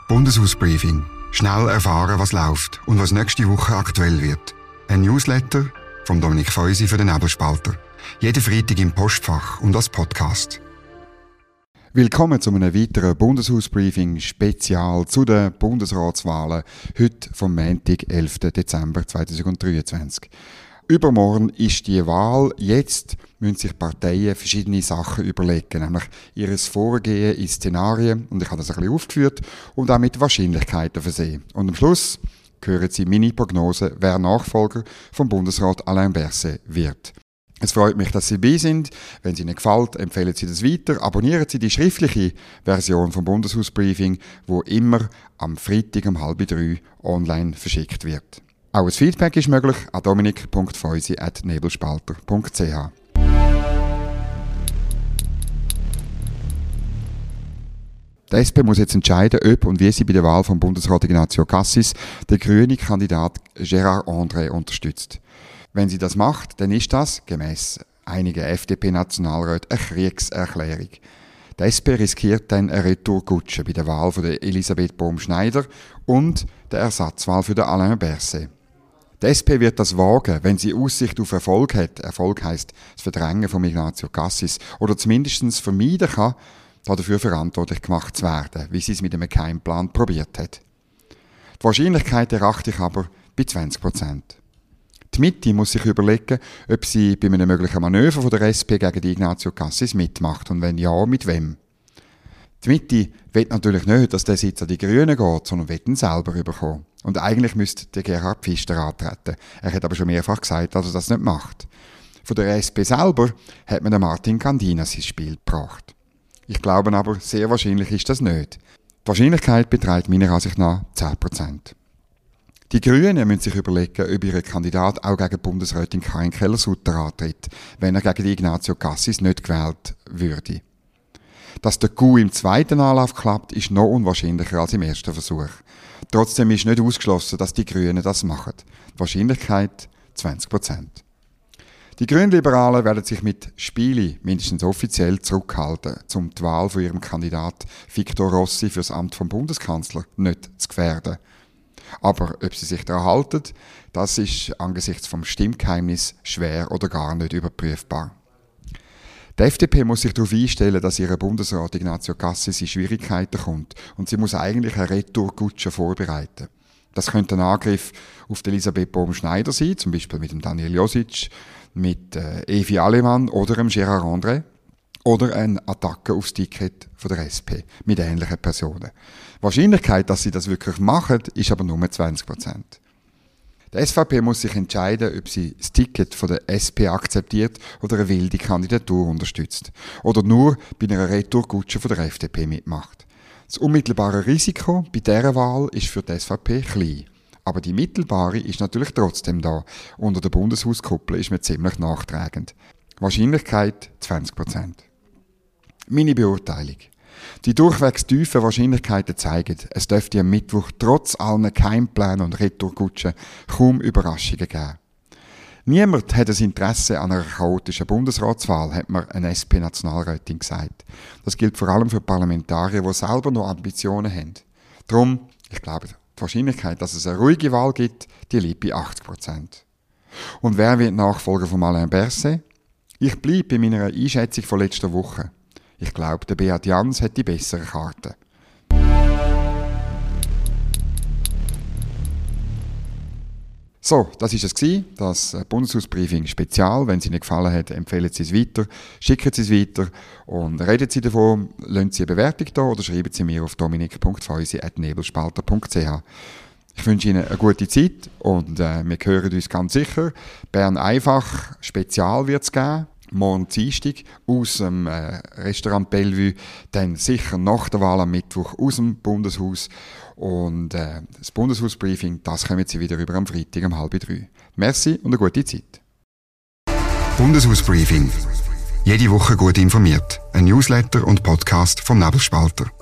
Bundeshausbriefing. Schnell erfahren, was läuft und was nächste Woche aktuell wird. Ein Newsletter von Dominik Feusi für den Nebelspalter. Jeden Freitag im Postfach und als Podcast. Willkommen zu einem weiteren Bundeshausbriefing-Spezial zu den Bundesratswahlen, heute vom Montag, 11. Dezember 2023. Übermorgen ist die Wahl. Jetzt müssen sich Parteien verschiedene Sachen überlegen, nämlich ihr Vorgehen in Szenarien, und ich habe das ein bisschen aufgeführt, und auch mit Wahrscheinlichkeiten versehen. Und am Schluss hören Sie meine Prognose, wer Nachfolger vom Bundesrat Alain Berset wird. Es freut mich, dass Sie dabei sind. Wenn es Ihnen gefällt, empfehlen Sie das weiter. Abonnieren Sie die schriftliche Version vom Bundeshausbriefing, wo immer am Freitag um 2:30 online verschickt wird. Auch ein Feedback ist möglich an dominik.feusi@nebelspalter.ch. Die SP muss jetzt entscheiden, ob und wie sie bei der Wahl von Bundesrat Ignazio Cassis den grünen Kandidat Gérard André unterstützt. Wenn sie das macht, dann ist das, gemäss einigen FDP-Nationalräten, eine Kriegserklärung. Die SP riskiert dann eine Retourkutsche bei der Wahl von der Elisabeth Bohm-Schneider und der Ersatzwahl für den Alain Berset. Die SP wird das wagen, wenn sie Aussicht auf Erfolg hat. Erfolg heisst das Verdrängen von Ignazio Cassis oder zumindest vermeiden kann, dafür verantwortlich gemacht zu werden, wie sie es mit einem Geheimplan probiert hat. Die Wahrscheinlichkeit erachte ich aber bei 20%. Die Mitte muss sich überlegen, ob sie bei einem möglichen Manöver von der SP gegen die Ignazio Cassis mitmacht und wenn ja, mit wem. Die Mitte will natürlich nicht, dass der Sitz an die Grünen geht, sondern will ihn selber bekommen. Und eigentlich müsste der Gerhard Pfister antreten. Er hat aber schon mehrfach gesagt, dass er das nicht macht. Von der SP selber hat man den Martin Candinas ins Spiel gebracht. Ich glaube aber, sehr wahrscheinlich ist das nicht. Die Wahrscheinlichkeit beträgt meiner Ansicht nach 10%. Die Grünen müssen sich überlegen, ob ihr Kandidat auch gegen Bundesrätin Karin Keller-Sutter antritt, wenn er gegen die Ignazio Cassis nicht gewählt würde. Dass der Coup im zweiten Anlauf klappt, ist noch unwahrscheinlicher als im ersten Versuch. Trotzdem ist nicht ausgeschlossen, dass die Grünen das machen. Die Wahrscheinlichkeit 20%. Die Grünliberalen werden sich mit Spielen mindestens offiziell zurückhalten, um die Wahl von ihrem Kandidat Victor Rossi für das Amt vom Bundeskanzler nicht zu gefährden. Aber ob sie sich daran halten, das ist angesichts vom Stimmgeheimnis schwer oder gar nicht überprüfbar. Die FDP muss sich darauf einstellen, dass ihr Bundesrat Ignazio Cassis in Schwierigkeiten kommt und sie muss eigentlich eine Retourkutsche vorbereiten. Das könnte ein Angriff auf Elisabeth Bohm-Schneider sein, zum Beispiel mit dem Daniel Josic, mit Evi Allemann oder dem Gérard André, oder eine Attacke aufs Ticket von der SP mit ähnlichen Personen. Die Wahrscheinlichkeit, dass sie das wirklich machen, ist aber nur 20%. Die SVP muss sich entscheiden, ob sie das Ticket von der SP akzeptiert oder eine wilde Kandidatur unterstützt. Oder nur bei einer Retourkutsche von der FDP mitmacht. Das unmittelbare Risiko bei dieser Wahl ist für die SVP klein. Aber die mittelbare ist natürlich trotzdem da. Unter der Bundeshauskuppel ist man ziemlich nachtragend. Wahrscheinlichkeit 20%. Meine Beurteilung. Die durchwegs tiefen Wahrscheinlichkeiten zeigen, es dürfte am Mittwoch trotz allen Geheimplänen und Retourkutschen kaum Überraschungen geben. Niemand hat ein Interesse an einer chaotischen Bundesratswahl, hat mir eine SP-Nationalrätin gesagt. Das gilt vor allem für Parlamentarier, die selber noch Ambitionen haben. Darum, ich glaube, die Wahrscheinlichkeit, dass es eine ruhige Wahl gibt, die liegt bei 80%. Und wer wird Nachfolger von Alain Berset? Ich bleibe bei meiner Einschätzung von letzter Woche. Ich glaube, der Beat Jans hat die besseren Karten. So, das war es, das Bundeshausbriefing-Spezial. Wenn es Ihnen gefallen hat, empfehlen Sie es weiter, schicken Sie es weiter und reden Sie davon, lassen Sie eine Bewertung da oder schreiben Sie mir auf dominik.feusi@nebelspalter.ch. Ich wünsche Ihnen eine gute Zeit und wir hören uns ganz sicher. Bern einfach Spezial wird es geben. Morgen Dienstag aus dem Restaurant Bellevue, dann sicher nach der Wahl am Mittwoch aus dem Bundeshaus und das Bundeshausbriefing, das kommen Sie wieder über am Freitag um 2:30. Merci und eine gute Zeit. Bundeshausbriefing. Jede Woche gut informiert. Ein Newsletter und Podcast vom Nebelspalter.